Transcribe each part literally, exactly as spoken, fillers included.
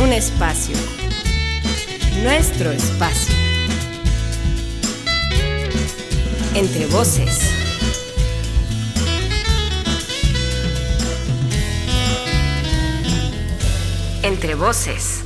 Un espacio. Nuestro espacio. Entre voces. Entre voces.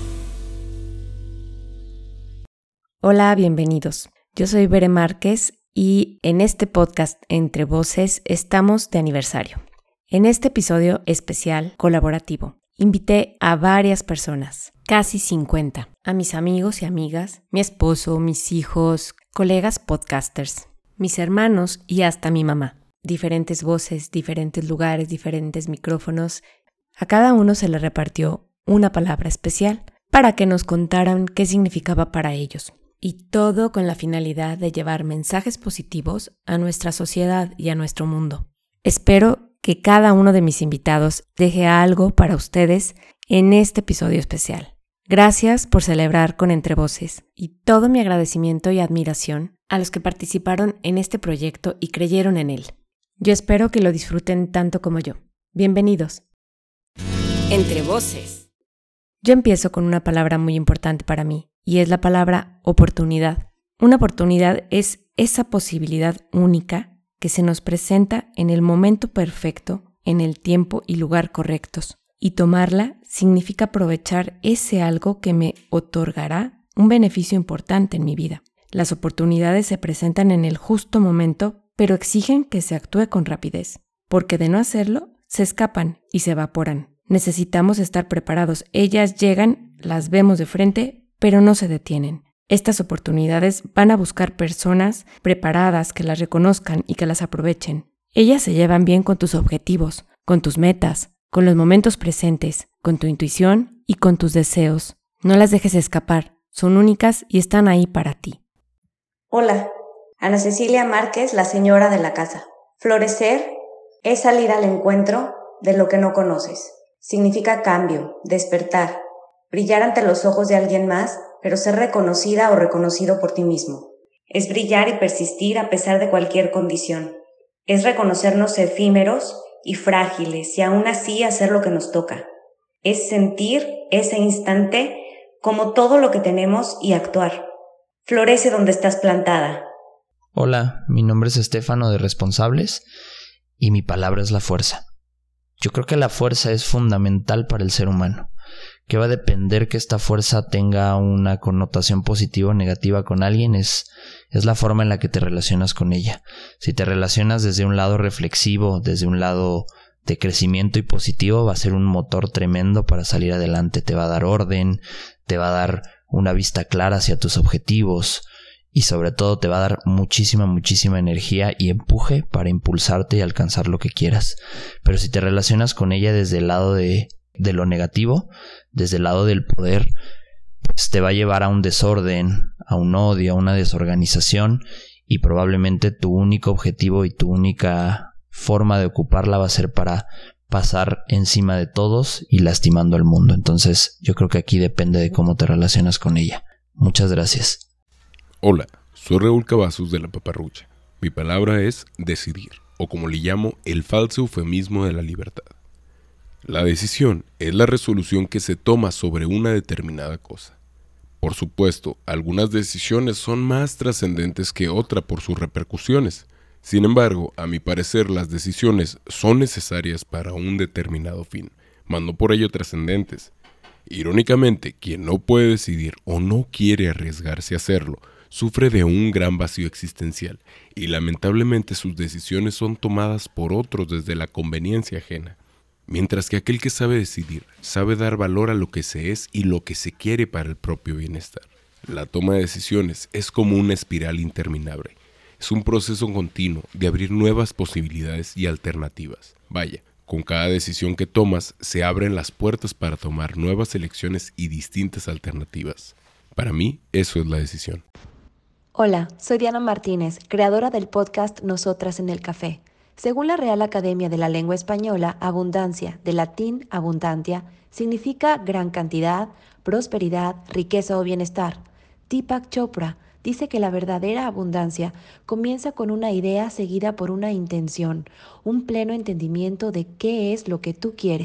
Hola, bienvenidos. Yo soy Bere Márquez y en este podcast Entre Voces estamos de aniversario. En este episodio especial colaborativo, invité a varias personas, casi cincuenta, a mis amigos y amigas, mi esposo, mis hijos, colegas podcasters, mis hermanos y hasta mi mamá. Diferentes voces, diferentes lugares, diferentes micrófonos. A cada uno se le repartió una palabra especial para que nos contaran qué significaba para ellos. Y todo con la finalidad de llevar mensajes positivos a nuestra sociedad y a nuestro mundo. Espero que cada uno de mis invitados deje algo para ustedes en este episodio especial. Gracias por celebrar con Entre Voces y todo mi agradecimiento y admiración a los que participaron en este proyecto y creyeron en él. Yo espero que lo disfruten tanto como yo. Bienvenidos. Entre Voces. Yo empiezo con una palabra muy importante para mí. Y es la palabra oportunidad. Una oportunidad es esa posibilidad única que se nos presenta en el momento perfecto, en el tiempo y lugar correctos. Y tomarla significa aprovechar ese algo que me otorgará un beneficio importante en mi vida. Las oportunidades se presentan en el justo momento, pero exigen que se actúe con rapidez, porque de no hacerlo, se escapan y se evaporan. Necesitamos estar preparados. Ellas llegan, las vemos de frente, pero no se detienen. Estas oportunidades van a buscar personas preparadas que las reconozcan y que las aprovechen. Ellas se llevan bien con tus objetivos, con tus metas, con los momentos presentes, con tu intuición y con tus deseos. No las dejes escapar, son únicas y están ahí para ti. Hola, Ana Cecilia Márquez, la señora de la casa. Florecer es salir al encuentro de lo que no conoces. Significa cambio, despertar. Brillar ante los ojos de alguien más, pero ser reconocida o reconocido por ti mismo. Es brillar y persistir a pesar de cualquier condición. Es reconocernos efímeros y frágiles y aún así hacer lo que nos toca. Es sentir ese instante como todo lo que tenemos y actuar. Florece donde estás plantada. Hola, mi nombre es Estefano de Responsables y mi palabra es la fuerza. Yo creo que la fuerza es fundamental para el ser humano. Que va a depender que esta fuerza tenga una connotación positiva o negativa con alguien es, es la forma en la que te relacionas con ella. Si te relacionas desde un lado reflexivo, desde un lado de crecimiento y positivo, va a ser un motor tremendo para salir adelante. Te va a dar orden, te va a dar una vista clara hacia tus objetivos y sobre todo te va a dar muchísima, muchísima energía y empuje para impulsarte y alcanzar lo que quieras. Pero si te relacionas con ella desde el lado de de lo negativo, desde el lado del poder, pues te va a llevar a un desorden, a un odio, a una desorganización y probablemente tu único objetivo y tu única forma de ocuparla va a ser para pasar encima de todos y lastimando al mundo. Entonces yo creo que aquí depende de cómo te relacionas con ella. Muchas gracias. Hola, soy Raúl Cavazos de La Paparrucha. Mi palabra es decidir, o como le llamo, el falso eufemismo de la libertad. La decisión es la resolución que se toma sobre una determinada cosa. Por supuesto, algunas decisiones son más trascendentes que otras por sus repercusiones. Sin embargo, a mi parecer, las decisiones son necesarias para un determinado fin, mas no por ello trascendentes. Irónicamente, quien no puede decidir o no quiere arriesgarse a hacerlo, sufre de un gran vacío existencial y lamentablemente sus decisiones son tomadas por otros desde la conveniencia ajena. Mientras que aquel que sabe decidir, sabe dar valor a lo que se es y lo que se quiere para el propio bienestar. La toma de decisiones es como una espiral interminable. Es un proceso continuo de abrir nuevas posibilidades y alternativas. Vaya, con cada decisión que tomas, se abren las puertas para tomar nuevas elecciones y distintas alternativas. Para mí, eso es la decisión. Hola, soy Diana Martínez, creadora del podcast Nosotras en el Café. Según la Real Academia de la Lengua Española, abundancia, de latín abundantia, significa gran cantidad, prosperidad, riqueza o bienestar. Deepak Chopra dice que la verdadera abundancia comienza con una idea seguida por una intención, un pleno entendimiento de qué es lo que tú quieres.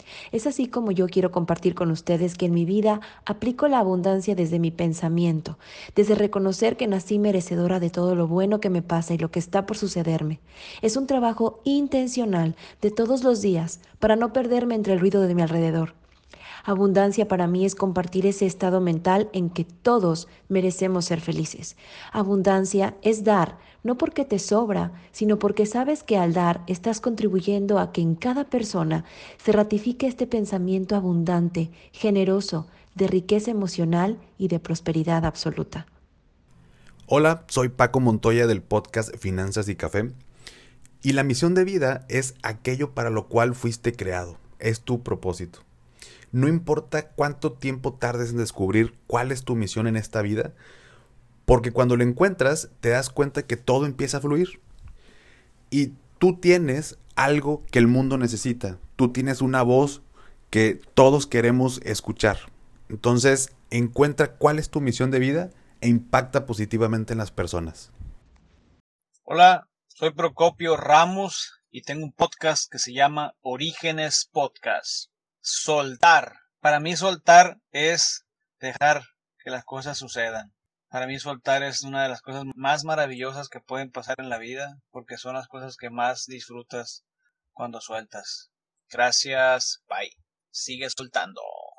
Es así como yo quiero compartir con ustedes que en mi vida aplico la abundancia desde mi pensamiento, desde reconocer que nací merecedora de todo lo bueno que me pasa y lo que está por sucederme. Es un trabajo intencional de todos los días para no perderme entre el ruido de mi alrededor. Abundancia para mí es compartir ese estado mental en que todos merecemos ser felices. Abundancia es dar, no porque te sobra, sino porque sabes que al dar estás contribuyendo a que en cada persona se ratifique este pensamiento abundante, generoso, de riqueza emocional y de prosperidad absoluta. Hola, soy Paco Montoya del podcast Finanzas y Café. Y la misión de vida es aquello para lo cual fuiste creado, es tu propósito. No importa cuánto tiempo tardes en descubrir cuál es tu misión en esta vida, porque cuando lo encuentras te das cuenta que todo empieza a fluir. Y tú tienes algo que el mundo necesita. Tú tienes una voz que todos queremos escuchar. Entonces, encuentra cuál es tu misión de vida e impacta positivamente en las personas. Hola, soy Procopio Ramos y tengo un podcast que se llama Orígenes Podcast. Soltar. Para mí soltar es dejar que las cosas sucedan. Para mí soltar es una de las cosas más maravillosas que pueden pasar en la vida, porque son las cosas que más disfrutas cuando sueltas. Gracias, bye. Sigue soltando.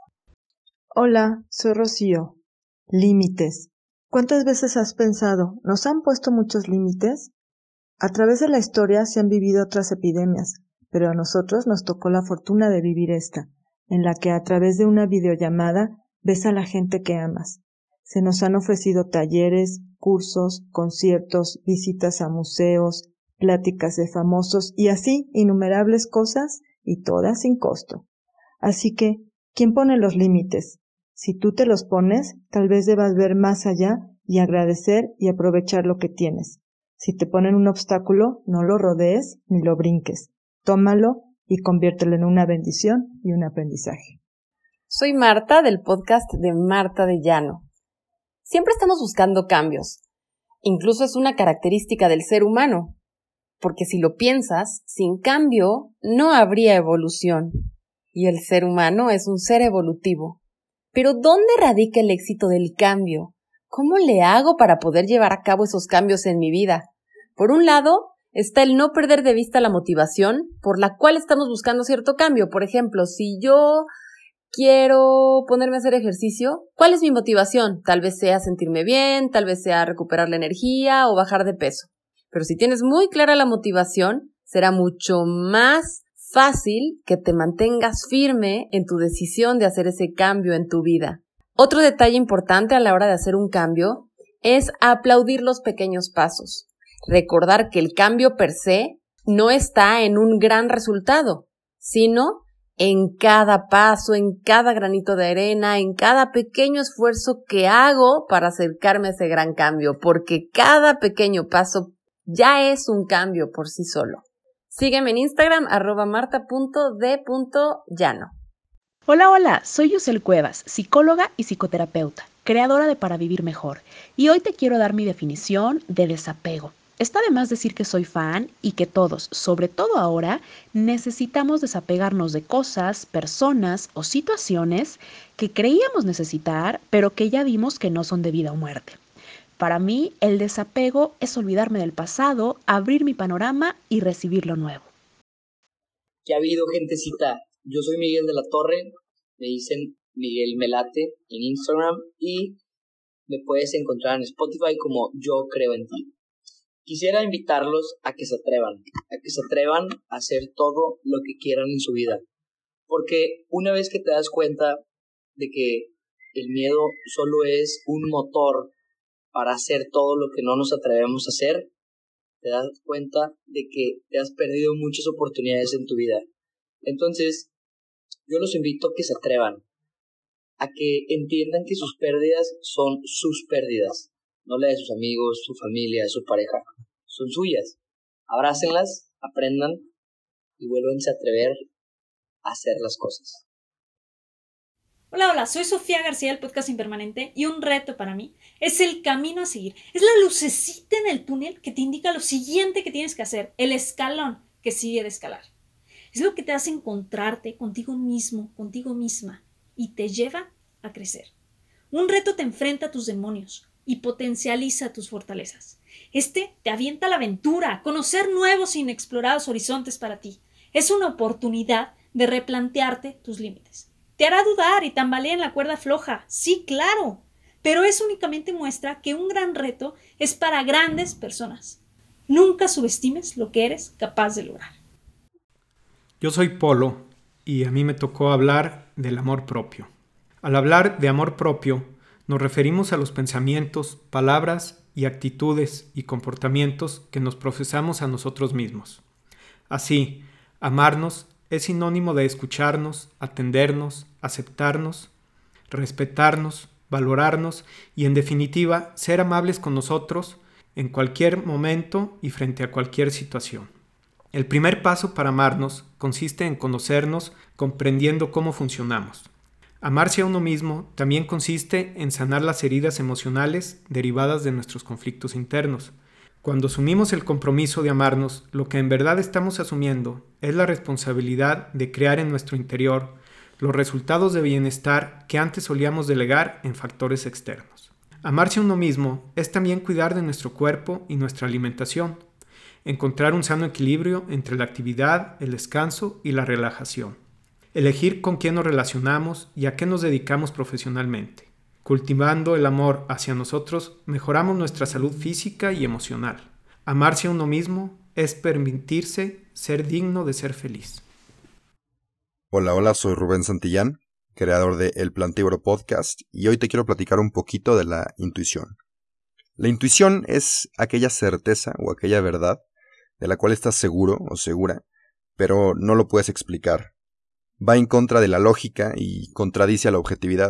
Hola, soy Rocío. Límites. ¿Cuántas veces has pensado, ¿nos han puesto muchos límites? A través de la historia se han vivido otras epidemias, pero a nosotros nos tocó la fortuna de vivir esta, en la que a través de una videollamada ves a la gente que amas. Se nos han ofrecido talleres, cursos, conciertos, visitas a museos, pláticas de famosos y así innumerables cosas y todas sin costo. Así que, ¿quién pone los límites? Si tú te los pones, tal vez debas ver más allá y agradecer y aprovechar lo que tienes. Si te ponen un obstáculo, no lo rodees ni lo brinques. Tómalo y conviértelo en una bendición y un aprendizaje. Soy Marta del podcast de Marta de Llano. Siempre estamos buscando cambios. Incluso es una característica del ser humano. Porque si lo piensas, sin cambio no habría evolución. Y el ser humano es un ser evolutivo. Pero ¿dónde radica el éxito del cambio? ¿Cómo le hago para poder llevar a cabo esos cambios en mi vida? Por un lado, está el no perder de vista la motivación por la cual estamos buscando cierto cambio. Por ejemplo, si yo quiero ponerme a hacer ejercicio, ¿cuál es mi motivación? Tal vez sea sentirme bien, tal vez sea recuperar la energía o bajar de peso. Pero si tienes muy clara la motivación, será mucho más fácil que te mantengas firme en tu decisión de hacer ese cambio en tu vida. Otro detalle importante a la hora de hacer un cambio es aplaudir los pequeños pasos. Recordar que el cambio per se no está en un gran resultado, sino en cada paso, en cada granito de arena, en cada pequeño esfuerzo que hago para acercarme a ese gran cambio, porque cada pequeño paso ya es un cambio por sí solo. Sígueme en Instagram, arroba marta punto de punto llano. Hola, hola, soy Yusel Cuevas, psicóloga y psicoterapeuta, creadora de Para Vivir Mejor, y hoy te quiero dar mi definición de desapego. Está de más decir que soy fan y que todos, sobre todo ahora, necesitamos desapegarnos de cosas, personas o situaciones que creíamos necesitar, pero que ya vimos que no son de vida o muerte. Para mí, el desapego es olvidarme del pasado, abrir mi panorama y recibir lo nuevo. ¿Qué ha habido, gentecita? Yo soy Miguel de la Torre, me dicen Miguel Melate en Instagram y me puedes encontrar en Spotify como Yo Creo en Ti. Quisiera invitarlos a que se atrevan, a que se atrevan a hacer todo lo que quieran en su vida. Porque una vez que te das cuenta de que el miedo solo es un motor para hacer todo lo que no nos atrevemos a hacer, te das cuenta de que te has perdido muchas oportunidades en tu vida. Entonces, yo los invito a que se atrevan, a que entiendan que sus pérdidas son sus pérdidas, no la de sus amigos, su familia, su pareja, son suyas. Abrácenlas, aprendan y vuélvanse a atrever a hacer las cosas. Hola, hola, soy Sofía García del podcast Impermanente y un reto para mí es el camino a seguir. Es la lucecita en el túnel que te indica lo siguiente que tienes que hacer, el escalón que sigue de escalar. Es lo que te hace encontrarte contigo mismo, contigo misma, y te lleva a crecer. Un reto te enfrenta a tus demonios y potencializa tus fortalezas. Este te avienta a la aventura, a conocer nuevos e inexplorados horizontes para ti. Es una oportunidad de replantearte tus límites. Te hará dudar y tambalear en la cuerda floja, sí, claro, pero eso únicamente muestra que un gran reto es para grandes personas. Nunca subestimes lo que eres capaz de lograr. Yo soy Polo y a mí me tocó hablar del amor propio. Al hablar de amor propio, nos referimos a los pensamientos, palabras y actitudes y comportamientos que nos profesamos a nosotros mismos. Así, amarnos es sinónimo de escucharnos, atendernos, aceptarnos, respetarnos, valorarnos y, en definitiva, ser amables con nosotros en cualquier momento y frente a cualquier situación. El primer paso para amarnos consiste en conocernos comprendiendo cómo funcionamos. Amarse a uno mismo también consiste en sanar las heridas emocionales derivadas de nuestros conflictos internos. Cuando asumimos el compromiso de amarnos, lo que en verdad estamos asumiendo es la responsabilidad de crear en nuestro interior los resultados de bienestar que antes solíamos delegar en factores externos. Amarse a uno mismo es también cuidar de nuestro cuerpo y nuestra alimentación, encontrar un sano equilibrio entre la actividad, el descanso y la relajación, elegir con quién nos relacionamos y a qué nos dedicamos profesionalmente. Cultivando el amor hacia nosotros, mejoramos nuestra salud física y emocional. Amarse a uno mismo es permitirse ser digno de ser feliz. Hola, hola, soy Rubén Santillán, creador de El Plantíboro Podcast, y hoy te quiero platicar un poquito de la intuición. La intuición es aquella certeza o aquella verdad de la cual estás seguro o segura, pero no lo puedes explicar. Va en contra de la lógica y contradice a la objetividad.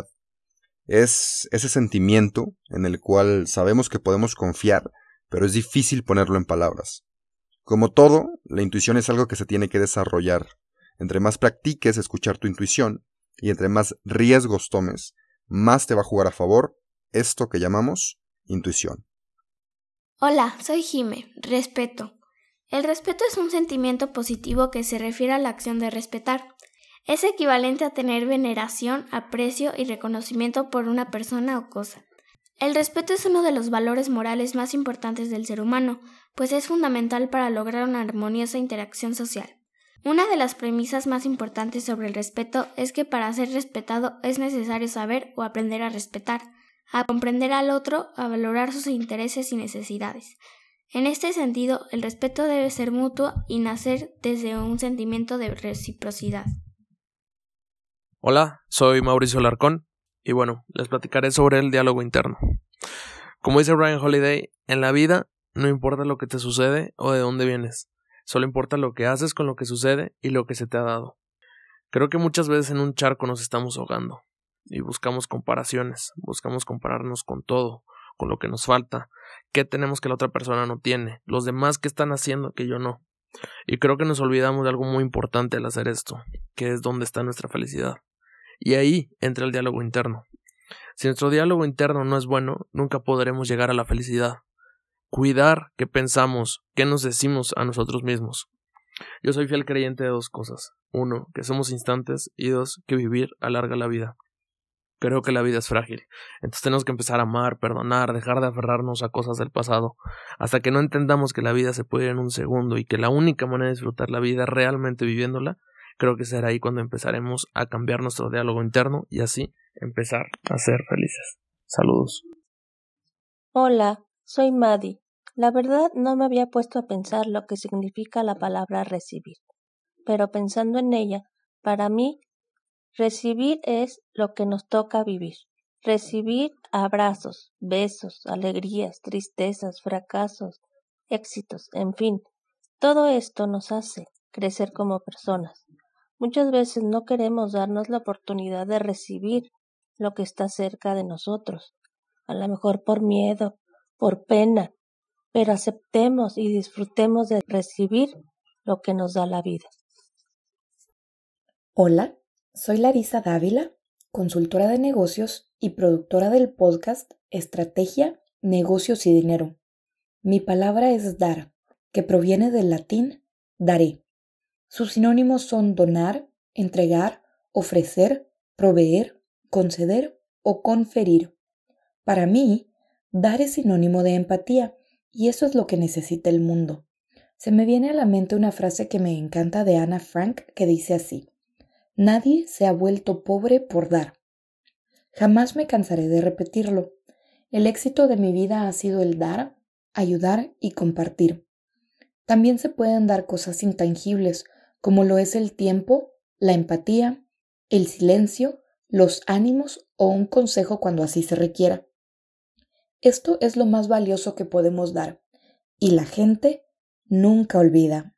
Es ese sentimiento en el cual sabemos que podemos confiar, pero es difícil ponerlo en palabras. Como todo, la intuición es algo que se tiene que desarrollar. Entre más practiques escuchar tu intuición y entre más riesgos tomes, más te va a jugar a favor esto que llamamos intuición. Hola, soy Jime. Respeto. El respeto es un sentimiento positivo que se refiere a la acción de respetar. Es equivalente a tener veneración, aprecio y reconocimiento por una persona o cosa. El respeto es uno de los valores morales más importantes del ser humano, pues es fundamental para lograr una armoniosa interacción social. Una de las premisas más importantes sobre el respeto es que para ser respetado es necesario saber o aprender a respetar, a comprender al otro, a valorar sus intereses y necesidades. En este sentido, el respeto debe ser mutuo y nacer desde un sentimiento de reciprocidad. Hola, soy Mauricio Larcón y bueno, les platicaré sobre el diálogo interno. Como dice Ryan Holiday, en la vida no importa lo que te sucede o de dónde vienes, solo importa lo que haces con lo que sucede y lo que se te ha dado. Creo que muchas veces en un charco nos estamos ahogando y buscamos comparaciones, buscamos compararnos con todo, con lo que nos falta, qué tenemos que la otra persona no tiene, los demás qué están haciendo que yo no. Y creo que nos olvidamos de algo muy importante al hacer esto, que es dónde está nuestra felicidad. Y ahí entra el diálogo interno. Si nuestro diálogo interno no es bueno, nunca podremos llegar a la felicidad. Cuidar qué pensamos, qué nos decimos a nosotros mismos. Yo soy fiel creyente de dos cosas. Uno, que somos instantes, y dos, que vivir alarga la vida. Creo que la vida es frágil, entonces tenemos que empezar a amar, perdonar, dejar de aferrarnos a cosas del pasado, hasta que no entendamos que la vida se puede ir en un segundo y que la única manera de disfrutar la vida realmente viviéndola, creo que será ahí cuando empezaremos a cambiar nuestro diálogo interno y así empezar a ser felices. Saludos. Hola, soy Maddie. La verdad no me había puesto a pensar lo que significa la palabra recibir, pero pensando en ella, para mí, recibir es lo que nos toca vivir. Recibir abrazos, besos, alegrías, tristezas, fracasos, éxitos, en fin. Todo esto nos hace crecer como personas. Muchas veces no queremos darnos la oportunidad de recibir lo que está cerca de nosotros. A lo mejor por miedo, por pena, pero aceptemos y disfrutemos de recibir lo que nos da la vida. Hola. Soy Larisa Dávila, consultora de negocios y productora del podcast Estrategia, Negocios y Dinero. Mi palabra es dar, que proviene del latín daré. Sus sinónimos son donar, entregar, ofrecer, proveer, conceder o conferir. Para mí, dar es sinónimo de empatía y eso es lo que necesita el mundo. Se me viene a la mente una frase que me encanta de Ana Frank que dice así: nadie se ha vuelto pobre por dar. Jamás me cansaré de repetirlo. El éxito de mi vida ha sido el dar, ayudar y compartir. También se pueden dar cosas intangibles, como lo es el tiempo, la empatía, el silencio, los ánimos o un consejo cuando así se requiera. Esto es lo más valioso que podemos dar, y la gente nunca olvida.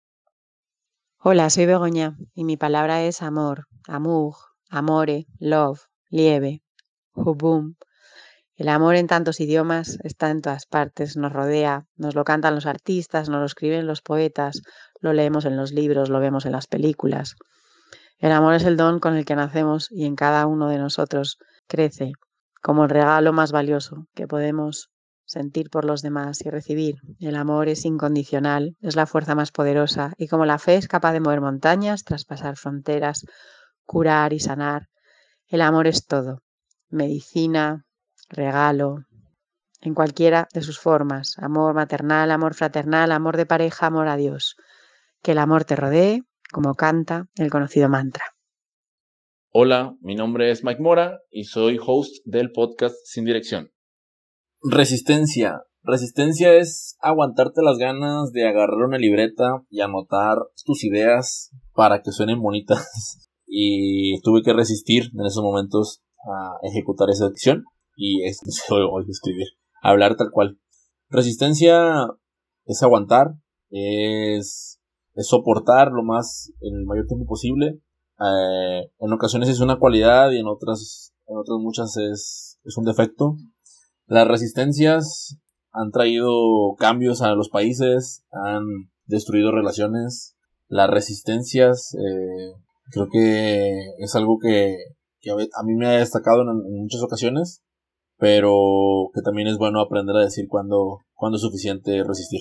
Hola, soy Begoña y mi palabra es amor, amour, amore, love, liebe, hubum. El amor en tantos idiomas está en todas partes, nos rodea, nos lo cantan los artistas, nos lo escriben los poetas, lo leemos en los libros, lo vemos en las películas. El amor es el don con el que nacemos y en cada uno de nosotros crece, como el regalo más valioso que podemos sentir por los demás y recibir. El amor es incondicional, es la fuerza más poderosa y como la fe es capaz de mover montañas, traspasar fronteras, curar y sanar, el amor es todo, medicina, regalo, en cualquiera de sus formas, amor maternal, amor fraternal, amor de pareja, amor a Dios. Que el amor te rodee, como canta el conocido mantra. Hola, mi nombre es Mike Mora y soy host del podcast Sin Dirección. Resistencia. Resistencia es aguantarte las ganas de agarrar una libreta y anotar tus ideas para que suenen bonitas. Y tuve que resistir en esos momentos a ejecutar esa acción y es hoy escribir, hablar tal cual. Resistencia es aguantar, es, es soportar lo más, el mayor tiempo posible. Eh, en ocasiones es una cualidad y en otras, en otras muchas es, es un defecto. Las resistencias han traído cambios a los países, han destruido relaciones. Las resistencias eh, creo que es algo que, que a mí me ha destacado en, en muchas ocasiones, pero que también es bueno aprender a decir cuándo, cuándo es suficiente resistir.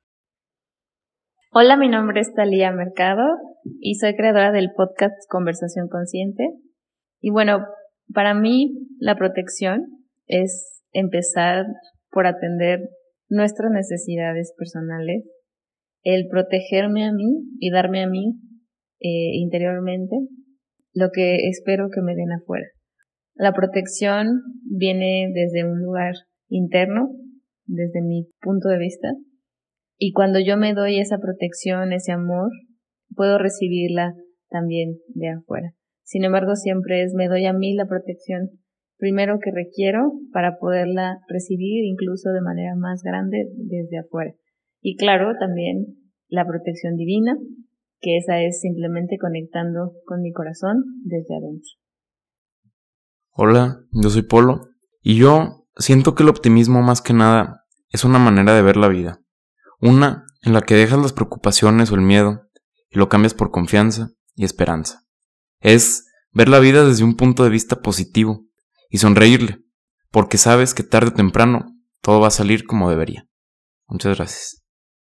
Hola, mi nombre es Talía Mercado y soy creadora del podcast Conversación Consciente. Y bueno, para mí la protección es empezar por atender nuestras necesidades personales, el protegerme a mí y darme a mí eh, interiormente lo que espero que me den afuera. La protección viene desde un lugar interno, desde mi punto de vista, y cuando yo me doy esa protección, ese amor, puedo recibirla también de afuera. Sin embargo, siempre es me doy a mí la protección primero que requiero para poderla recibir incluso de manera más grande desde afuera. Y claro, también la protección divina, que esa es simplemente conectando con mi corazón desde adentro. Hola, yo soy Polo y yo siento que el optimismo más que nada es una manera de ver la vida. Una en la que dejas las preocupaciones o el miedo y lo cambias por confianza y esperanza. Es ver la vida desde un punto de vista positivo y sonreírle, porque sabes que tarde o temprano todo va a salir como debería. Muchas gracias.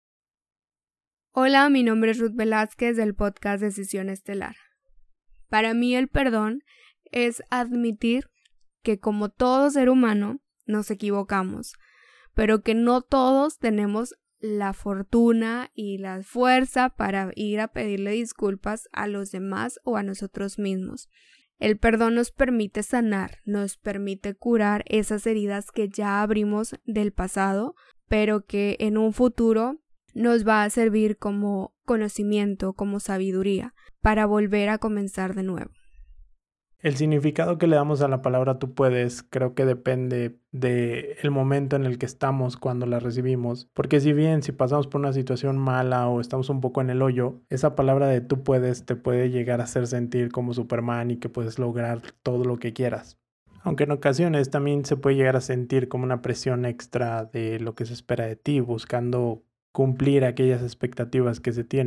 Hola, mi nombre es Ruth Velázquez del podcast Decisión Estelar. Para mí el perdón es admitir que como todo ser humano nos equivocamos, pero que no todos tenemos la fortuna y la fuerza para ir a pedirle disculpas a los demás o a nosotros mismos. El perdón nos permite sanar, nos permite curar esas heridas que ya abrimos del pasado, pero que en un futuro nos va a servir como conocimiento, como sabiduría, para volver a comenzar de nuevo. El significado que le damos a la palabra tú puedes creo que depende del momento en el que estamos cuando la recibimos. Porque si bien si pasamos por una situación mala o estamos un poco en el hoyo, esa palabra de tú puedes te puede llegar a hacer sentir como Superman y que puedes lograr todo lo que quieras. Aunque en ocasiones también se puede llegar a sentir como una presión extra de lo que se espera de ti, buscando cumplir aquellas expectativas que se tienen.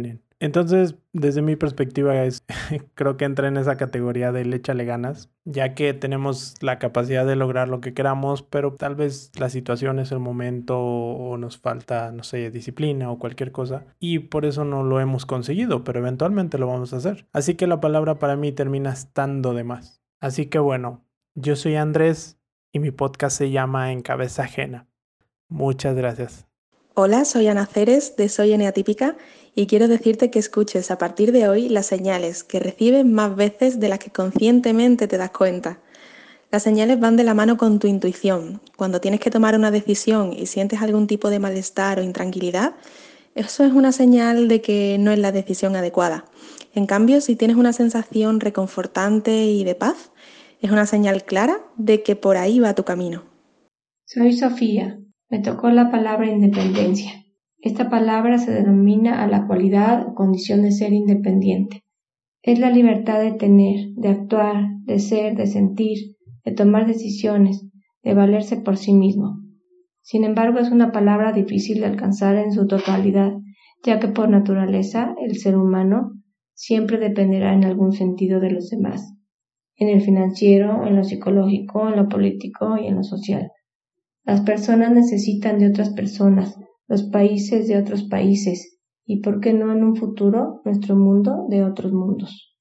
Entonces, desde mi perspectiva, es creo que entra en esa categoría del échale ganas, ya que tenemos la capacidad de lograr lo que queramos, pero tal vez la situación es el momento o nos falta, no sé, disciplina o cualquier cosa, y por eso no lo hemos conseguido, pero eventualmente lo vamos a hacer. Así que la palabra para mí termina estando de más. Así que bueno, yo soy Andrés y mi podcast se llama En Cabeza Ajena. Muchas gracias. Hola, soy Ana Ceres de Soy Eneatípica y quiero decirte que escuches a partir de hoy las señales que recibes más veces de las que conscientemente te das cuenta. Las señales van de la mano con tu intuición. Cuando tienes que tomar una decisión y sientes algún tipo de malestar o intranquilidad, eso es una señal de que no es la decisión adecuada. En cambio, si tienes una sensación reconfortante y de paz, es una señal clara de que por ahí va tu camino. Soy Sofía. Me tocó la palabra independencia. Esta palabra se denomina a la cualidad o condición de ser independiente. Es la libertad de tener, de actuar, de ser, de sentir, de tomar decisiones, de valerse por sí mismo. Sin embargo, es una palabra difícil de alcanzar en su totalidad, ya que por naturaleza el ser humano siempre dependerá en algún sentido de los demás, en el financiero, en lo psicológico, en lo político y en lo social. Las personas necesitan de otras personas, los países de otros países y, ¿por qué no en un futuro, nuestro mundo de otros mundos?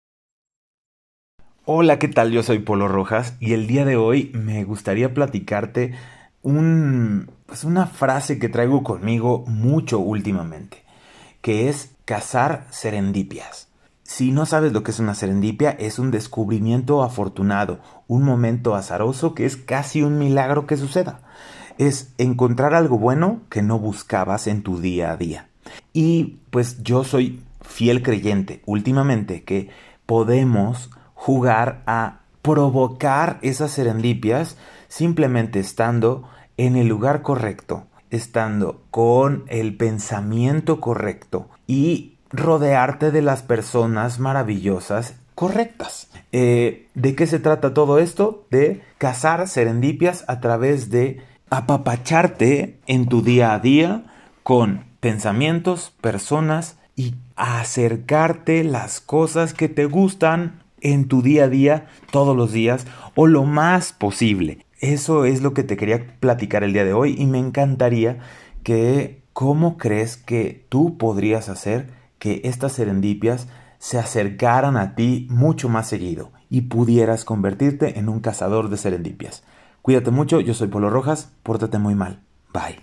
Hola, ¿qué tal? Yo soy Polo Rojas y el día de hoy me gustaría platicarte un, pues una frase que traigo conmigo mucho últimamente, que es cazar serendipias. Si no sabes lo que es una serendipia, es un descubrimiento afortunado, un momento azaroso que es casi un milagro que suceda. Es encontrar algo bueno que no buscabas en tu día a día. Y pues yo soy fiel creyente últimamente que podemos jugar a provocar esas serendipias simplemente estando en el lugar correcto, estando con el pensamiento correcto y rodearte de las personas maravillosas correctas. Eh, ¿De qué se trata todo esto? De cazar serendipias a través de apapacharte en tu día a día con pensamientos, personas y acercarte las cosas que te gustan en tu día a día, todos los días o lo más posible. Eso es lo que te quería platicar el día de hoy y me encantaría que cómo crees que tú podrías hacer que estas serendipias se acercaran a ti mucho más seguido y pudieras convertirte en un cazador de serendipias. Cuídate mucho, yo soy Polo Rojas, pórtate muy mal. Bye.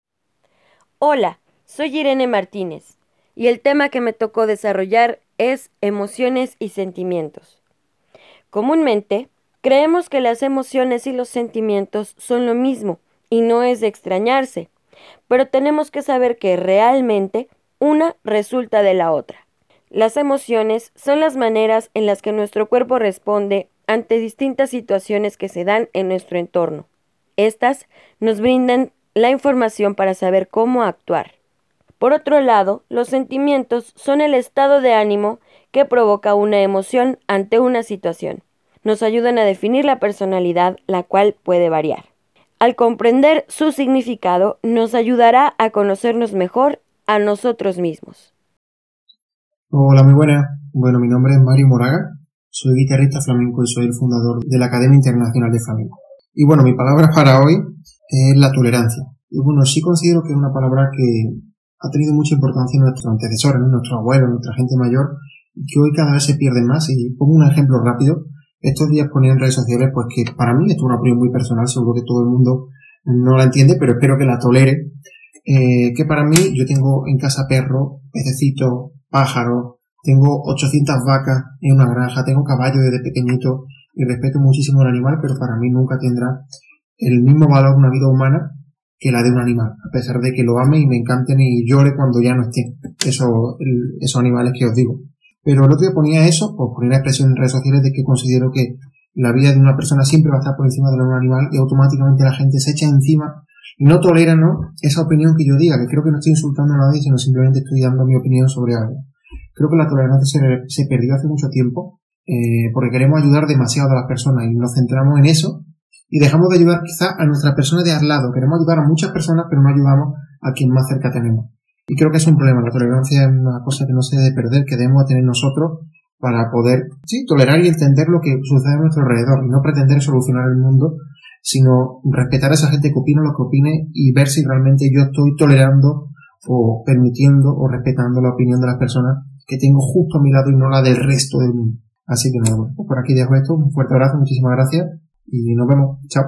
Hola, soy Irene Martínez y el tema que me tocó desarrollar es emociones y sentimientos. Comúnmente, creemos que las emociones y los sentimientos son lo mismo y no es de extrañarse, pero tenemos que saber que realmente una resulta de la otra. Las emociones son las maneras en las que nuestro cuerpo responde ante distintas situaciones que se dan en nuestro entorno. Estas nos brindan la información para saber cómo actuar. Por otro lado, los sentimientos son el estado de ánimo que provoca una emoción ante una situación. Nos ayudan a definir la personalidad, la cual puede variar. Al comprender su significado, nos ayudará a conocernos mejor a nosotros mismos. Hola, muy buenas. Bueno, mi nombre es Mario Moraga, soy guitarrista flamenco y soy el fundador de la Academia Internacional de Flamenco. Y bueno, mi palabra para hoy es la tolerancia. Y bueno, sí considero que es una palabra que ha tenido mucha importancia en nuestros antecesores, ¿no? Nuestros abuelos, nuestra gente mayor, y que hoy cada vez se pierde más. Y pongo un ejemplo rápido. Estos días ponía en redes sociales pues que para mí esto es una opinión muy personal, seguro que todo el mundo no la entiende, pero espero que la tolere. Eh, que para mí, yo tengo en casa perros, pececitos, pájaros, tengo ochocientas vacas en una granja, tengo caballos desde pequeñito y respeto muchísimo al animal, pero para mí nunca tendrá el mismo valor una vida humana que la de un animal, a pesar de que lo ame y me encanten y llore cuando ya no estén esos, esos animales que os digo. Pero el otro día ponía eso, pues ponía la expresión en redes sociales de que considero que la vida de una persona siempre va a estar por encima de la de un animal y automáticamente la gente se echa encima y no tolera, ¿no?, esa opinión que yo diga, que creo que no estoy insultando a nadie, sino simplemente estoy dando mi opinión sobre algo. Creo que la tolerancia se, se perdió hace mucho tiempo eh, porque queremos ayudar demasiado a las personas y nos centramos en eso y dejamos de ayudar quizá a nuestra persona de al lado. Queremos ayudar a muchas personas, pero no ayudamos a quien más cerca tenemos. Y creo que es un problema. La tolerancia es una cosa que no se debe perder, que debemos tener nosotros para poder, sí, tolerar y entender lo que sucede a nuestro alrededor y no pretender solucionar el mundo, sino respetar a esa gente que opina lo que opine y ver si realmente yo estoy tolerando o permitiendo o respetando la opinión de las personas que tengo justo a mi lado y no la del resto del mundo. Así que nada, bueno, pues por aquí dejo esto. Un fuerte abrazo, muchísimas gracias y nos vemos. Chao.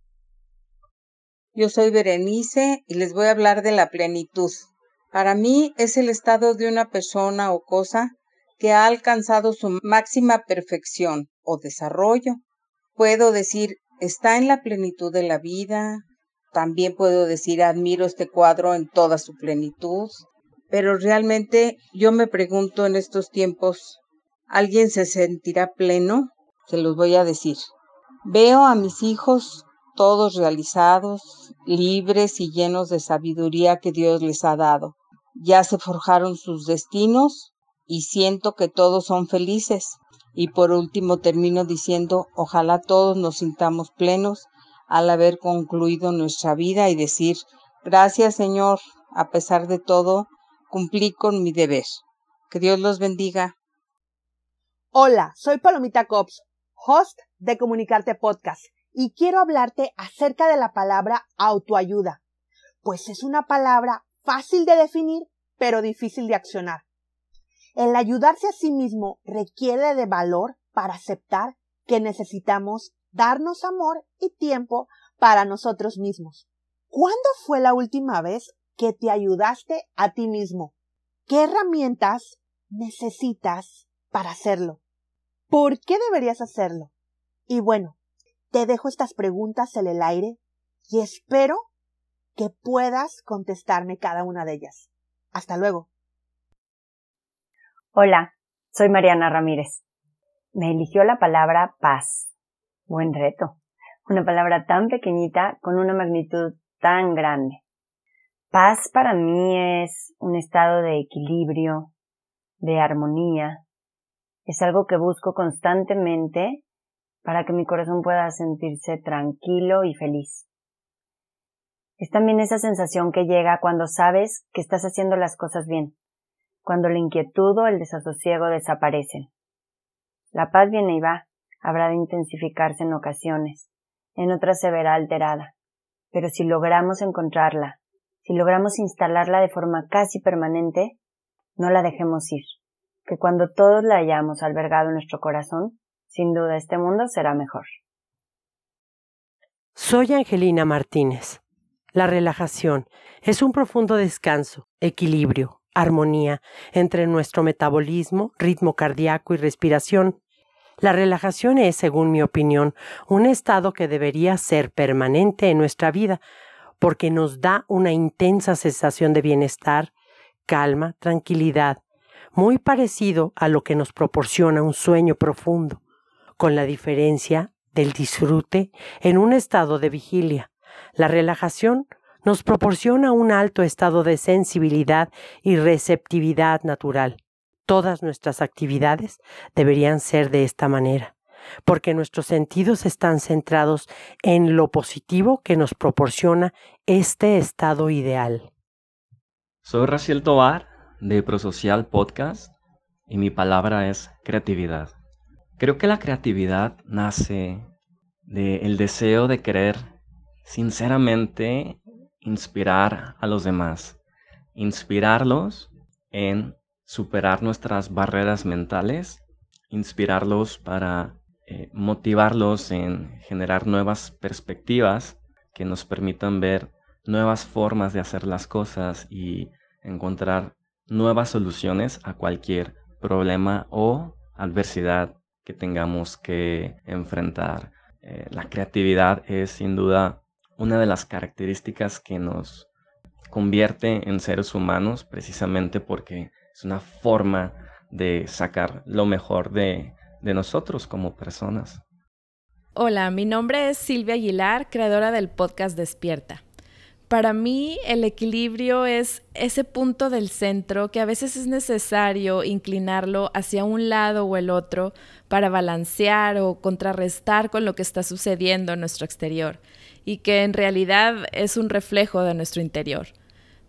Yo soy Berenice y les voy a hablar de la plenitud. Para mí es el estado de una persona o cosa que ha alcanzado su máxima perfección o desarrollo. Puedo decir, está en la plenitud de la vida. También puedo decir, admiro este cuadro en toda su plenitud. Pero realmente yo me pregunto en estos tiempos, ¿alguien se sentirá pleno? Se los voy a decir. Veo a mis hijos todos realizados, libres y llenos de sabiduría que Dios les ha dado. Ya se forjaron sus destinos y siento que todos son felices. Y por último termino diciendo, ojalá todos nos sintamos plenos al haber concluido nuestra vida y decir, gracias Señor, a pesar de todo, cumplí con mi deber. Que Dios los bendiga. Hola, soy Palomita Cops, host de Comunicarte Podcast, y quiero hablarte acerca de la palabra autoayuda, pues es una palabra fácil de definir, pero difícil de accionar. El ayudarse a sí mismo requiere de valor para aceptar que necesitamos darnos amor y tiempo para nosotros mismos. ¿Cuándo fue la última vez que te ayudaste a ti mismo? ¿Qué herramientas necesitas para hacerlo? ¿Por qué deberías hacerlo? Y bueno, te dejo estas preguntas en el aire y espero que puedas contestarme cada una de ellas. Hasta luego. Hola, soy Mariana Ramírez. Me eligió la palabra paz. Buen reto. Una palabra tan pequeñita con una magnitud tan grande. Paz para mí es un estado de equilibrio, de armonía. Es algo que busco constantemente para que mi corazón pueda sentirse tranquilo y feliz. Es también esa sensación que llega cuando sabes que estás haciendo las cosas bien, cuando la inquietud o el desasosiego desaparecen. La paz viene y va, habrá de intensificarse en ocasiones, en otras se verá alterada, pero si logramos encontrarla, si logramos instalarla de forma casi permanente, no la dejemos ir, que cuando todos la hayamos albergado en nuestro corazón, sin duda este mundo será mejor. Soy Angelina Martínez. La relajación es un profundo descanso, equilibrio, armonía entre nuestro metabolismo, ritmo cardíaco y respiración. La relajación es, según mi opinión, un estado que debería ser permanente en nuestra vida, porque nos da una intensa sensación de bienestar, calma, tranquilidad, muy parecido a lo que nos proporciona un sueño profundo, con la diferencia del disfrute en un estado de vigilia. La relajación nos proporciona un alto estado de sensibilidad y receptividad natural. Todas nuestras actividades deberían ser de esta manera, porque nuestros sentidos están centrados en lo positivo que nos proporciona este estado ideal. Soy Raciel Tovar de Prosocial Podcast y mi palabra es creatividad. Creo que la creatividad nace del deseo de querer sinceramente inspirar a los demás, inspirarlos en superar nuestras barreras mentales, inspirarlos para eh, motivarlos en generar nuevas perspectivas que nos permitan ver nuevas formas de hacer las cosas y encontrar nuevas soluciones a cualquier problema o adversidad que tengamos que enfrentar. Eh, la creatividad es sin duda una de las características que nos convierte en seres humanos, precisamente porque es una forma de sacar lo mejor de, de nosotros como personas. Hola, mi nombre es Silvia Aguilar, creadora del podcast Despierta. Para mí, el equilibrio es ese punto del centro que a veces es necesario inclinarlo hacia un lado o el otro para balancear o contrarrestar con lo que está sucediendo en nuestro exterior y que en realidad es un reflejo de nuestro interior.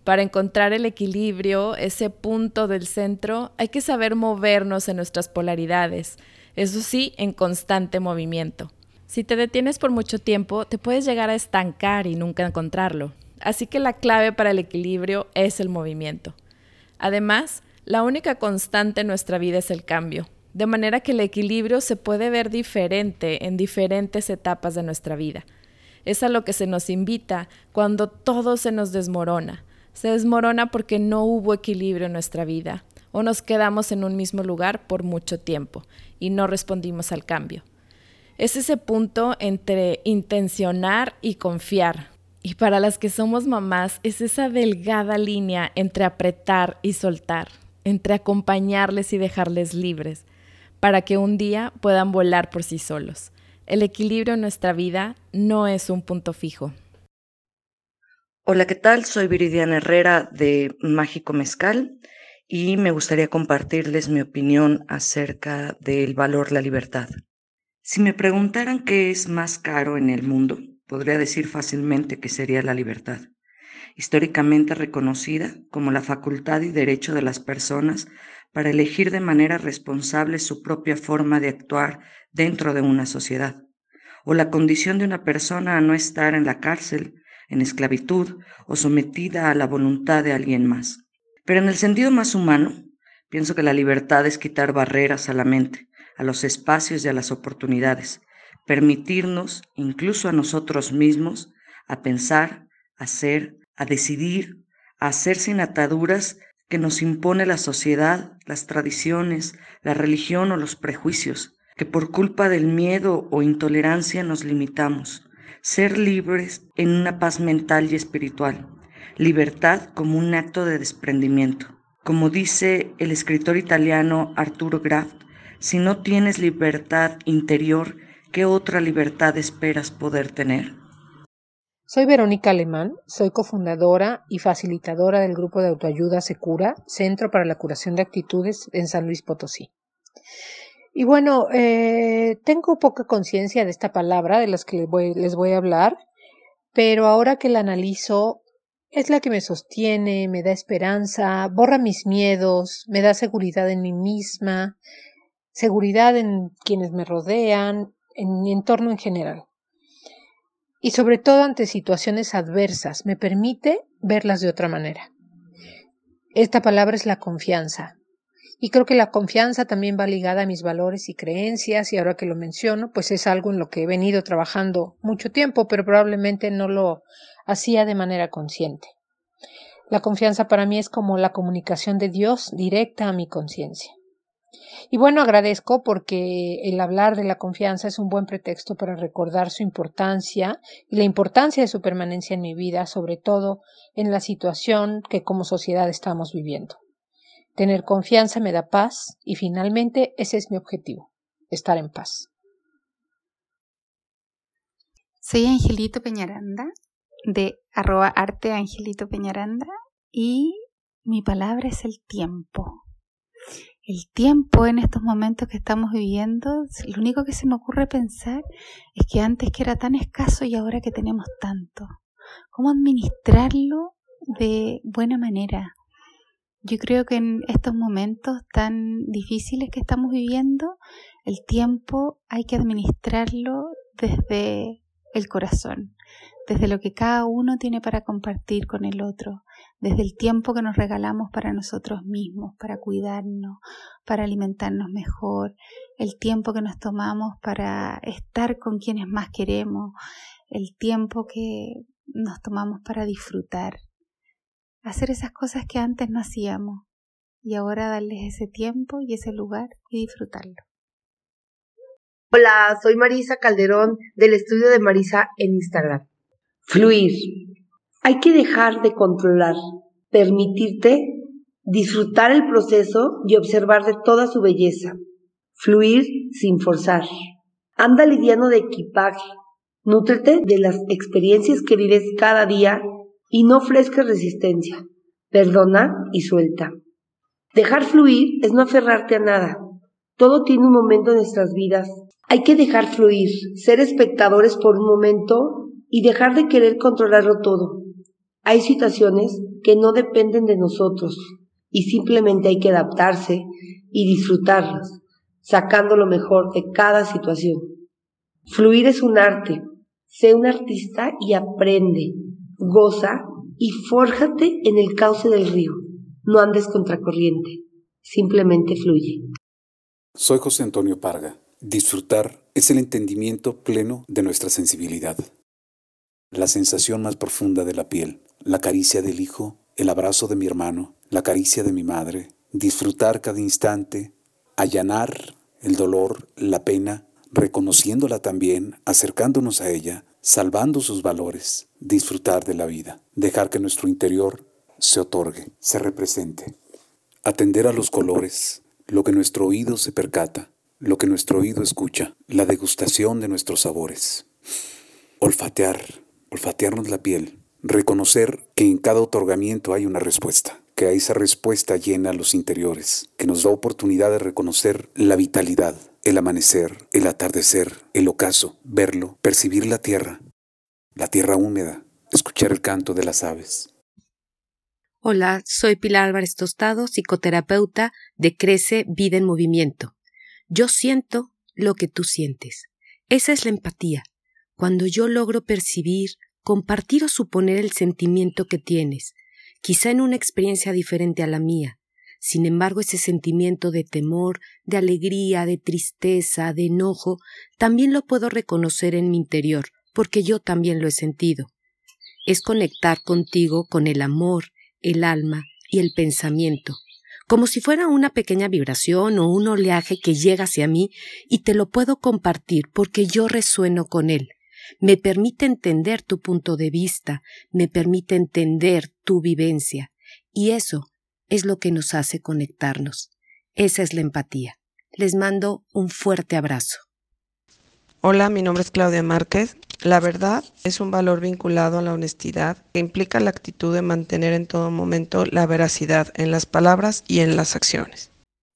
Para encontrar el equilibrio, ese punto del centro, hay que saber movernos en nuestras polaridades, eso sí, en constante movimiento. Si te detienes por mucho tiempo, te puedes llegar a estancar y nunca encontrarlo. Así que la clave para el equilibrio es el movimiento. Además, la única constante en nuestra vida es el cambio, de manera que el equilibrio se puede ver diferente en diferentes etapas de nuestra vida. Es a lo que se nos invita cuando todo se nos desmorona. Se desmorona porque no hubo equilibrio en nuestra vida o nos quedamos en un mismo lugar por mucho tiempo y no respondimos al cambio. Es ese punto entre intencionar y confiar. Y para las que somos mamás, es esa delgada línea entre apretar y soltar, entre acompañarles y dejarles libres, para que un día puedan volar por sí solos. El equilibrio en nuestra vida no es un punto fijo. Hola, ¿qué tal? Soy Viridiana Herrera de Mágico Mezcal y me gustaría compartirles mi opinión acerca del valor la libertad. Si me preguntaran qué es más caro en el mundo, podría decir fácilmente que sería la libertad, históricamente reconocida como la facultad y derecho de las personas para elegir de manera responsable su propia forma de actuar dentro de una sociedad, o la condición de una persona a no estar en la cárcel, en esclavitud o sometida a la voluntad de alguien más. Pero en el sentido más humano, pienso que la libertad es quitar barreras a la mente, a los espacios y a las oportunidades, permitirnos, incluso a nosotros mismos, a pensar, a ser, a decidir, a hacer sin ataduras que nos impone la sociedad, las tradiciones, la religión o los prejuicios, que por culpa del miedo o intolerancia nos limitamos. Ser libres en una paz mental y espiritual. Libertad como un acto de desprendimiento. Como dice el escritor italiano Arturo Graff, si no tienes libertad interior, ¿qué otra libertad esperas poder tener? Soy Verónica Alemán, soy cofundadora y facilitadora del grupo de autoayuda Secura, Centro para la Curación de Actitudes en San Luis Potosí. Y bueno, eh, tengo poca conciencia de esta palabra de las que les voy, les voy a hablar, pero ahora que la analizo, es la que me sostiene, me da esperanza, borra mis miedos, me da seguridad en mí misma, seguridad en quienes me rodean, en mi entorno en general. Y sobre todo ante situaciones adversas, me permite verlas de otra manera. Esta palabra es la confianza. Y creo que la confianza también va ligada a mis valores y creencias, y ahora que lo menciono, pues es algo en lo que he venido trabajando mucho tiempo, pero probablemente no lo hacía de manera consciente. La confianza para mí es como la comunicación de Dios directa a mi conciencia. Y bueno, agradezco porque el hablar de la confianza es un buen pretexto para recordar su importancia y la importancia de su permanencia en mi vida, sobre todo en la situación que como sociedad estamos viviendo. Tener confianza me da paz y finalmente ese es mi objetivo, estar en paz. Soy Angelito Peñaranda de arroba arte Angelito Peñaranda y mi palabra es el tiempo. El tiempo en estos momentos que estamos viviendo, lo único que se me ocurre pensar es que antes que era tan escaso y ahora que tenemos tanto. ¿Cómo administrarlo de buena manera? Yo creo que en estos momentos tan difíciles que estamos viviendo, el tiempo hay que administrarlo desde el corazón, desde lo que cada uno tiene para compartir con el otro, desde el tiempo que nos regalamos para nosotros mismos, para cuidarnos, para alimentarnos mejor, el tiempo que nos tomamos para estar con quienes más queremos, el tiempo que nos tomamos para disfrutar, hacer esas cosas que antes no hacíamos y ahora darles ese tiempo y ese lugar y disfrutarlo. Hola, soy Marisa Calderón del estudio de Marisa en Instagram. Fluir. Hay que dejar de controlar, permitirte disfrutar el proceso y observar de toda su belleza. Fluir sin forzar. Anda liviano de equipaje. Nútrete de las experiencias que vives cada día y no ofrezcas resistencia. Perdona y suelta. Dejar fluir es no aferrarte a nada. Todo tiene un momento en nuestras vidas. Hay que dejar fluir, ser espectadores por un momento y dejar de querer controlarlo todo. Hay situaciones que no dependen de nosotros y simplemente hay que adaptarse y disfrutarlas, sacando lo mejor de cada situación. Fluir es un arte. Sé un artista y aprende, goza y fórjate en el cauce del río. No andes contracorriente, simplemente fluye. Soy José Antonio Parga. Disfrutar es el entendimiento pleno de nuestra sensibilidad. La sensación más profunda de la piel, la caricia del hijo, el abrazo de mi hermano, la caricia de mi madre. Disfrutar cada instante, allanar el dolor, la pena, reconociéndola también, acercándonos a ella, salvando sus valores, disfrutar de la vida, dejar que nuestro interior se otorgue, se represente, atender a los colores, lo que nuestro oído se percata, lo que nuestro oído escucha, la degustación de nuestros sabores, olfatear, olfatearnos la piel, reconocer que en cada otorgamiento hay una respuesta, que esa respuesta llena los interiores, que nos da oportunidad de reconocer la vitalidad, el amanecer, el atardecer, el ocaso, verlo, percibir la tierra, la tierra húmeda, escuchar el canto de las aves. Hola, soy Pilar Álvarez Tostado, psicoterapeuta de Crece Vida en Movimiento. Yo siento lo que tú sientes. Esa es la empatía. Cuando yo logro percibir, compartir o suponer el sentimiento que tienes, quizá en una experiencia diferente a la mía. Sin embargo, ese sentimiento de temor, de alegría, de tristeza, de enojo, también lo puedo reconocer en mi interior, porque yo también lo he sentido. Es conectar contigo con el amor, el alma y el pensamiento, como si fuera una pequeña vibración o un oleaje que llega hacia mí y te lo puedo compartir porque yo resueno con él. Me permite entender tu punto de vista, me permite entender tu vivencia, y eso es lo que nos hace conectarnos. Esa es la empatía. Les mando un fuerte abrazo. Hola, mi nombre es Claudia Márquez. La verdad es un valor vinculado a la honestidad que implica la actitud de mantener en todo momento la veracidad en las palabras y en las acciones.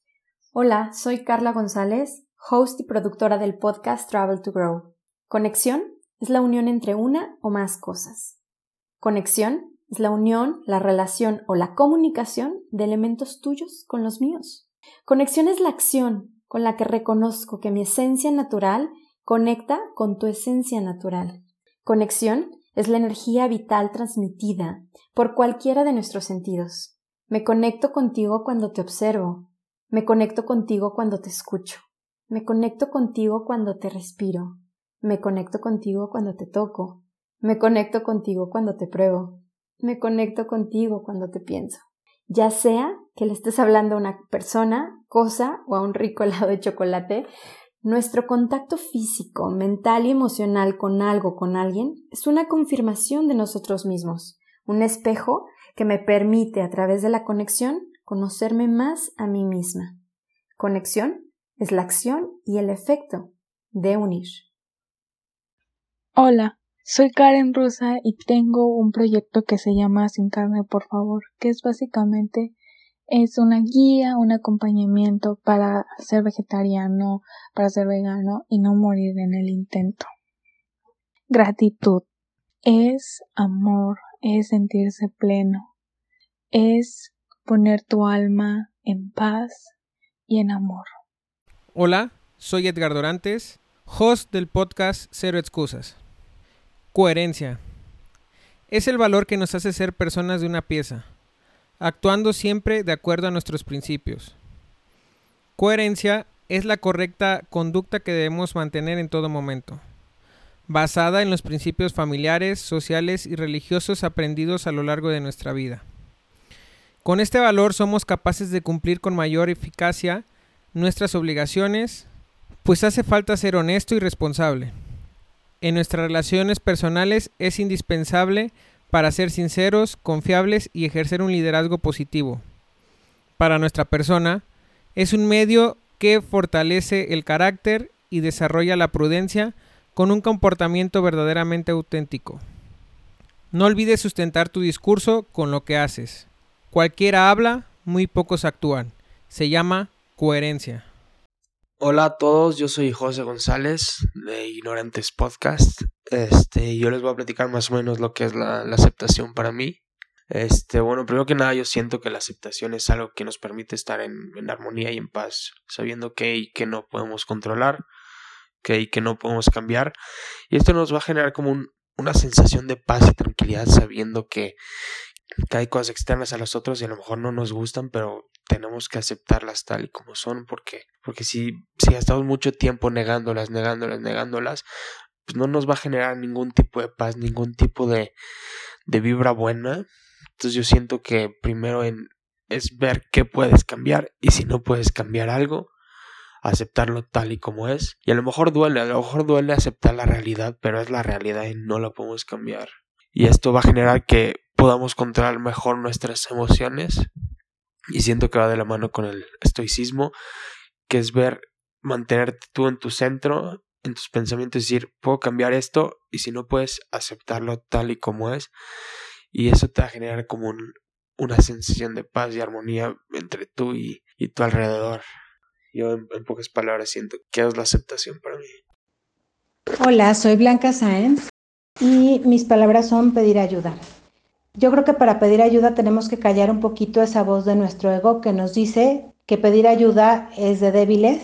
Hola, soy Carla González, host y productora del podcast Travel to Grow. Conexión es la unión entre una o más cosas. Conexión es la unión, la relación o la comunicación de elementos tuyos con los míos. Conexión es la acción con la que reconozco que mi esencia natural conecta con tu esencia natural. Conexión es la energía vital transmitida por cualquiera de nuestros sentidos. Me conecto contigo cuando te observo. Me conecto contigo cuando te escucho. Me conecto contigo cuando te respiro. Me conecto contigo cuando te toco. Me conecto contigo cuando te pruebo. Me conecto contigo cuando te pienso. Ya sea que le estés hablando a una persona, cosa o a un rico helado de chocolate, nuestro contacto físico, mental y emocional con algo, con alguien, es una confirmación de nosotros mismos, un espejo que me permite a través de la conexión conocerme más a mí misma. Conexión es la acción y el efecto de unir. Hola, soy Karen Rosa y tengo un proyecto que se llama Sin Carne, por favor, que es básicamente es una guía, un acompañamiento para ser vegetariano, para ser vegano y no morir en el intento. Gratitud es amor, es sentirse pleno, es poner tu alma en paz y en amor. Hola, soy Edgar Dorantes, host del podcast Cero Excusas. Coherencia es el valor que nos hace ser personas de una pieza, actuando siempre de acuerdo a nuestros principios. Coherencia es la correcta conducta que debemos mantener en todo momento, basada en los principios familiares, sociales y religiosos aprendidos a lo largo de nuestra vida. Con este valor somos capaces de cumplir con mayor eficacia nuestras obligaciones, pues hace falta ser honesto y responsable. En nuestras relaciones personales es indispensable para ser sinceros, confiables y ejercer un liderazgo positivo. Para nuestra persona, es un medio que fortalece el carácter y desarrolla la prudencia con un comportamiento verdaderamente auténtico. No olvides sustentar tu discurso con lo que haces. Cualquiera habla, muy pocos actúan. Se llama coherencia. Hola a todos, yo soy José González de Ignorantes Podcast. Este, yo les voy a platicar más o menos lo que es la, la aceptación para mí. Este, bueno, primero que nada yo siento que la aceptación es algo que nos permite estar en, en armonía y en paz, sabiendo que hay que no podemos controlar, que hay que no podemos cambiar. Y esto nos va a generar como un, una sensación de paz y tranquilidad, sabiendo que, que hay cosas externas a nosotros y a lo mejor no nos gustan, pero tenemos que aceptarlas tal y como son, porque, porque si, si estamos mucho tiempo negándolas, negándolas, negándolas, pues no nos va a generar ningún tipo de paz, ningún tipo de, de vibra buena. Entonces yo siento que primero en, es ver qué puedes cambiar, y si no puedes cambiar algo, aceptarlo tal y como es. Y a lo mejor duele, a lo mejor duele aceptar la realidad, pero es la realidad y no la podemos cambiar. Y esto va a generar que podamos controlar mejor nuestras emociones. Y siento que va de la mano con el estoicismo, que es ver, mantenerte tú en tu centro, en tus pensamientos, decir, puedo cambiar esto, y si no puedes, aceptarlo tal y como es. Y eso te va a generar como un, una sensación de paz y armonía entre tú y, y tu alrededor. Yo en, en pocas palabras siento que es la aceptación para mí. Hola, soy Blanca Sáenz y mis palabras son pedir ayuda. Yo creo que para pedir ayuda tenemos que callar un poquito esa voz de nuestro ego que nos dice que pedir ayuda es de débiles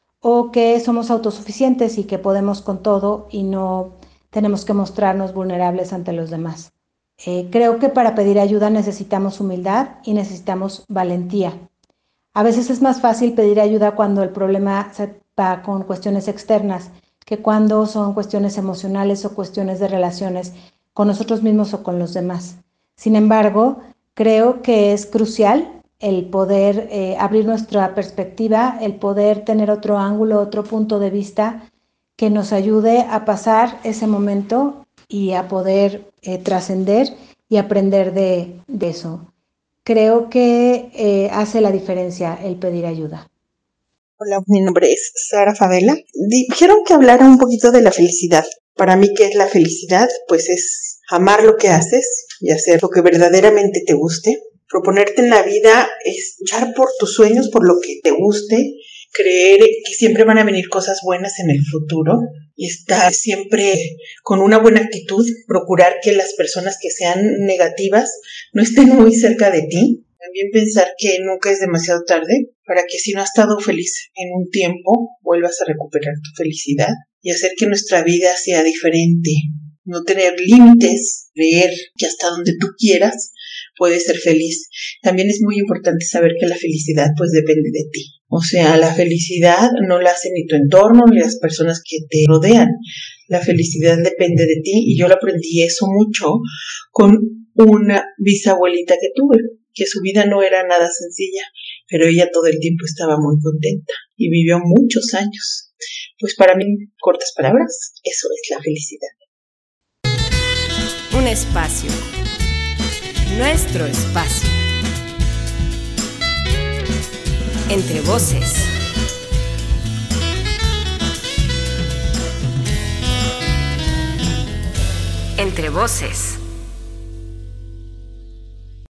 o que somos autosuficientes y que podemos con todo y no tenemos que mostrarnos vulnerables ante los demás. Eh, creo que para pedir ayuda necesitamos humildad y necesitamos valentía. A veces es más fácil pedir ayuda cuando el problema se va con cuestiones externas que cuando son cuestiones emocionales o cuestiones de relaciones con nosotros mismos o con los demás. Sin embargo, creo que es crucial el poder eh, abrir nuestra perspectiva, el poder tener otro ángulo, otro punto de vista que nos ayude a pasar ese momento y a poder eh, trascender y aprender de, de eso. Creo que eh, hace la diferencia el pedir ayuda. Hola, mi nombre es Sara Favela. Dijeron que hablara un poquito de la felicidad. Para mí, ¿qué es la felicidad? Pues es amar lo que haces y hacer lo que verdaderamente te guste. Proponerte en la vida es luchar por tus sueños, por lo que te guste, creer que siempre van a venir cosas buenas en el futuro y estar siempre con una buena actitud, procurar que las personas que sean negativas no estén muy cerca de ti. También pensar que nunca es demasiado tarde para que si no has estado feliz en un tiempo, vuelvas a recuperar tu felicidad y hacer que nuestra vida sea diferente. No tener límites, creer que hasta donde tú quieras puedes ser feliz. También es muy importante saber que la felicidad pues depende de ti. O sea, la felicidad no la hace ni tu entorno ni las personas que te rodean. La felicidad depende de ti y yo lo aprendí eso mucho con una bisabuelita que tuve, que su vida no era nada sencilla, pero ella todo el tiempo estaba muy contenta y vivió muchos años. Pues para mí, en cortas palabras, eso es la felicidad. Un espacio. Nuestro espacio. Entre voces. Entre voces.